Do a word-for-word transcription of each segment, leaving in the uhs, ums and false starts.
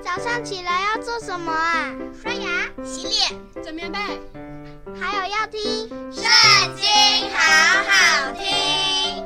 早上起来要做什么啊？ 刷牙、洗脸、 整棉被， 还有要听《 圣经》，好好听。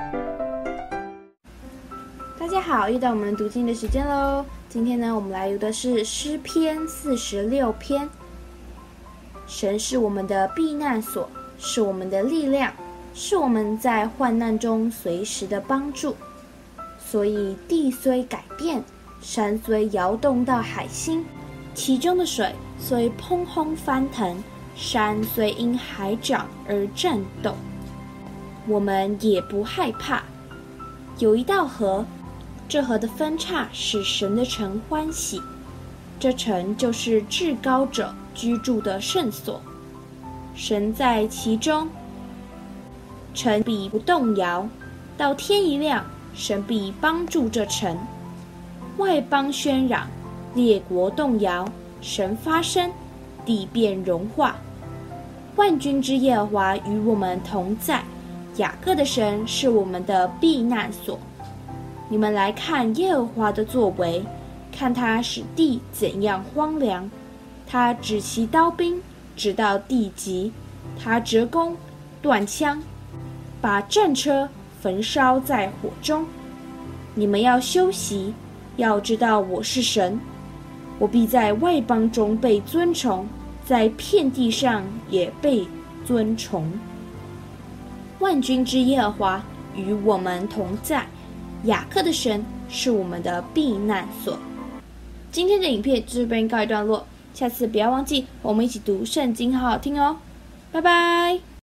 大家好，又到我们读经的时间喽。今天呢，我们来读的是诗篇四十六篇。神是我们的避难所，是我们的力量，是我们在患难中随时的帮助。所以地虽改变，山虽摇动到海心，其中的水虽砰轰翻腾，山虽因海涨而震动，我们也不害怕。有一道河，这河的分叉使神的城欢喜，这城就是至高者居住的圣所，神在其中，城必不动摇。到天一亮，神必帮助这城。外邦喧嚷，列国动摇，神发声，地变融化。万军之耶和华与我们同在，雅各的神是我们的避难所。你们来看耶和华的作为，看他使地怎样荒凉。他指其刀兵，直到地极；他折弓断枪，把战车焚烧在火中。你们要休息，要知道我是神，我必在外邦中被尊崇，在遍地上也被尊崇。万军之耶和华与我们同在，雅各的神是我们的避难所。今天的影片就这边告一段落，下次不要忘记和我们一起读圣经，好好听哦，拜拜。